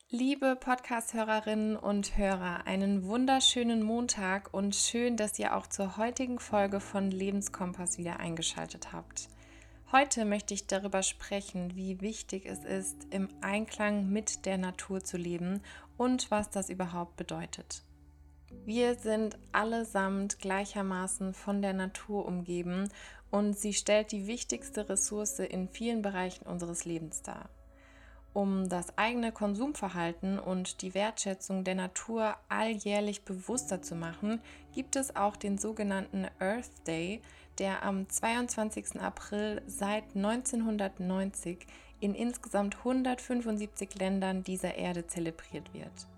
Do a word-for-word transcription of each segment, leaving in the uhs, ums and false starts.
Liebe Podcast-Hörerinnen und Hörer, einen wunderschönen Montag und schön, dass ihr auch zur heutigen Folge von Lebenskompass wieder eingeschaltet habt. Heute möchte ich darüber sprechen, wie wichtig es ist, im Einklang mit der Natur zu leben und was das überhaupt bedeutet. Wir sind allesamt gleichermaßen von der Natur umgeben und sie stellt die wichtigste Ressource in vielen Bereichen unseres Lebens dar. Um das eigene Konsumverhalten und die Wertschätzung der Natur alljährlich bewusster zu machen, gibt es auch den sogenannten Earth Day, der am zweiundzwanzigsten April seit neunzehnhundertneunzig in insgesamt hundertfünfundsiebzig Ländern dieser Erde zelebriert wird.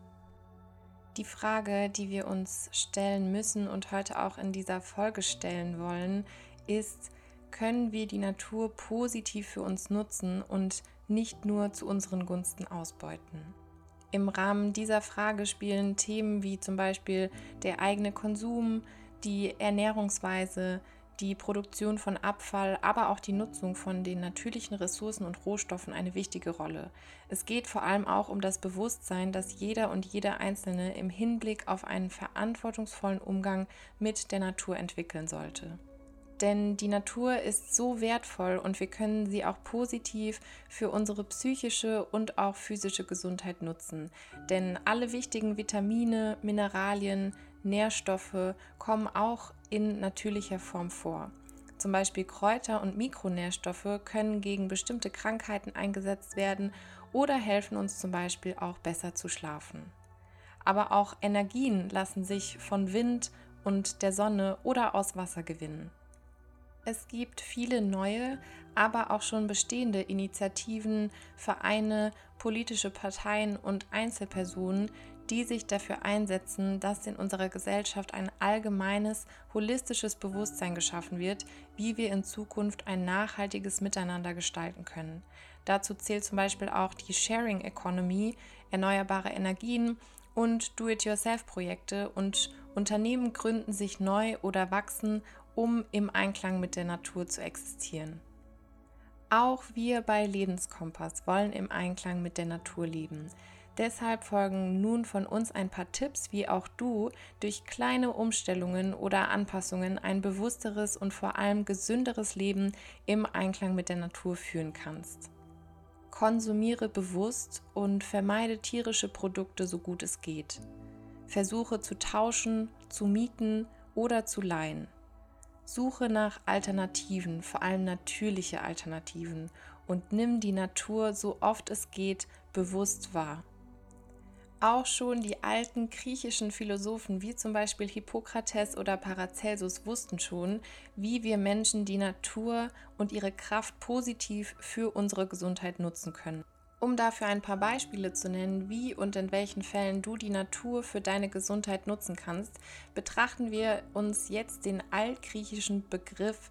Die Frage, die wir uns stellen müssen und heute auch in dieser Folge stellen wollen, ist: Können wir die Natur positiv für uns nutzen und nicht nur zu unseren Gunsten ausbeuten? Im Rahmen dieser Frage spielen Themen wie zum Beispiel der eigene Konsum, die Ernährungsweise, die Produktion von Abfall, aber auch die Nutzung von den natürlichen Ressourcen und Rohstoffen eine wichtige Rolle. Es geht vor allem auch um das Bewusstsein, dass jeder und jede Einzelne im Hinblick auf einen verantwortungsvollen Umgang mit der Natur entwickeln sollte. Denn die Natur ist so wertvoll und wir können sie auch positiv für unsere psychische und auch physische Gesundheit nutzen. Denn alle wichtigen Vitamine, Mineralien, Nährstoffe kommen auch in natürlicher Form vor. Zum Beispiel Kräuter und Mikronährstoffe können gegen bestimmte Krankheiten eingesetzt werden oder helfen uns zum Beispiel auch besser zu schlafen. Aber auch Energien lassen sich von Wind und der Sonne oder aus Wasser gewinnen. Es gibt viele neue, aber auch schon bestehende Initiativen, Vereine, politische Parteien und Einzelpersonen, die sich dafür einsetzen, dass in unserer Gesellschaft ein allgemeines, holistisches Bewusstsein geschaffen wird, wie wir in Zukunft ein nachhaltiges Miteinander gestalten können. Dazu zählt zum Beispiel auch die Sharing Economy, erneuerbare Energien und Do-it-yourself-Projekte, und Unternehmen gründen sich neu oder wachsen, um im Einklang mit der Natur zu existieren. Auch wir bei Lebenskompass wollen im Einklang mit der Natur leben. Deshalb folgen nun von uns ein paar Tipps, wie auch du durch kleine Umstellungen oder Anpassungen ein bewussteres und vor allem gesünderes Leben im Einklang mit der Natur führen kannst. Konsumiere bewusst und vermeide tierische Produkte so gut es geht. Versuche zu tauschen, zu mieten oder zu leihen. Suche nach Alternativen, vor allem natürliche Alternativen, und nimm die Natur so oft es geht bewusst wahr. Auch schon die alten griechischen Philosophen wie zum Beispiel Hippokrates oder Paracelsus wussten schon, wie wir Menschen die Natur und ihre Kraft positiv für unsere Gesundheit nutzen können. Um dafür ein paar Beispiele zu nennen, wie und in welchen Fällen du die Natur für deine Gesundheit nutzen kannst, betrachten wir uns jetzt den altgriechischen Begriff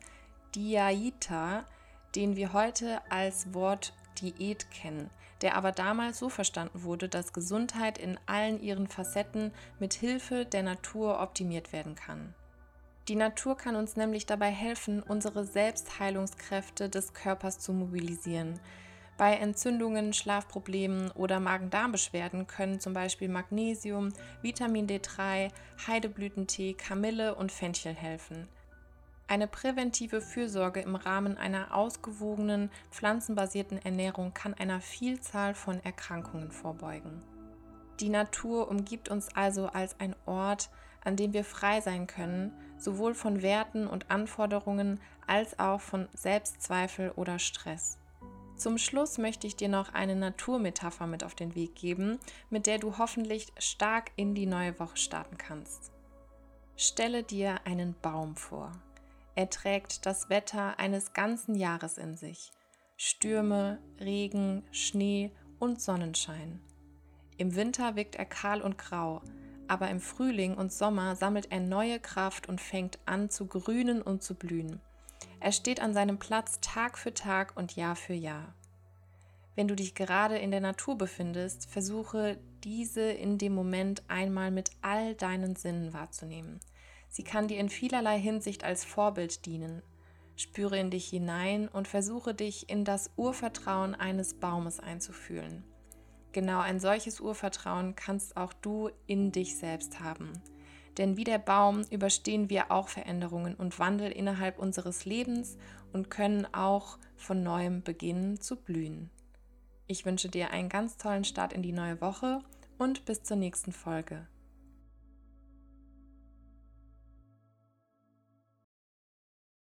Diaita, den wir heute als Wort Diät kennen, der aber damals so verstanden wurde, dass Gesundheit in allen ihren Facetten mit Hilfe der Natur optimiert werden kann. Die Natur kann uns nämlich dabei helfen, unsere Selbstheilungskräfte des Körpers zu mobilisieren. Bei Entzündungen, Schlafproblemen oder Magen-Darm-Beschwerden können zum Beispiel Magnesium, Vitamin D drei, Heideblütentee, Kamille und Fenchel helfen. Eine präventive Fürsorge im Rahmen einer ausgewogenen, pflanzenbasierten Ernährung kann einer Vielzahl von Erkrankungen vorbeugen. Die Natur umgibt uns also als ein Ort, an dem wir frei sein können, sowohl von Werten und Anforderungen als auch von Selbstzweifel oder Stress. Zum Schluss möchte ich dir noch eine Naturmetapher mit auf den Weg geben, mit der du hoffentlich stark in die neue Woche starten kannst. Stelle dir einen Baum vor. Er trägt das Wetter eines ganzen Jahres in sich. Stürme, Regen, Schnee und Sonnenschein. Im Winter wirkt er kahl und grau, aber im Frühling und Sommer sammelt er neue Kraft und fängt an zu grünen und zu blühen. Er steht an seinem Platz Tag für Tag und Jahr für Jahr. Wenn du dich gerade in der Natur befindest, versuche diese in dem Moment einmal mit all deinen Sinnen wahrzunehmen. Sie kann dir in vielerlei Hinsicht als Vorbild dienen. Spüre in dich hinein und versuche dich in das Urvertrauen eines Baumes einzufühlen. genau ein solches Urvertrauen kannst auch du in dich selbst haben. Denn wie der Baum überstehen wir auch Veränderungen und Wandel innerhalb unseres Lebens und können auch von neuem beginnen zu blühen. Ich wünsche dir einen ganz tollen Start in die neue Woche und bis zur nächsten Folge.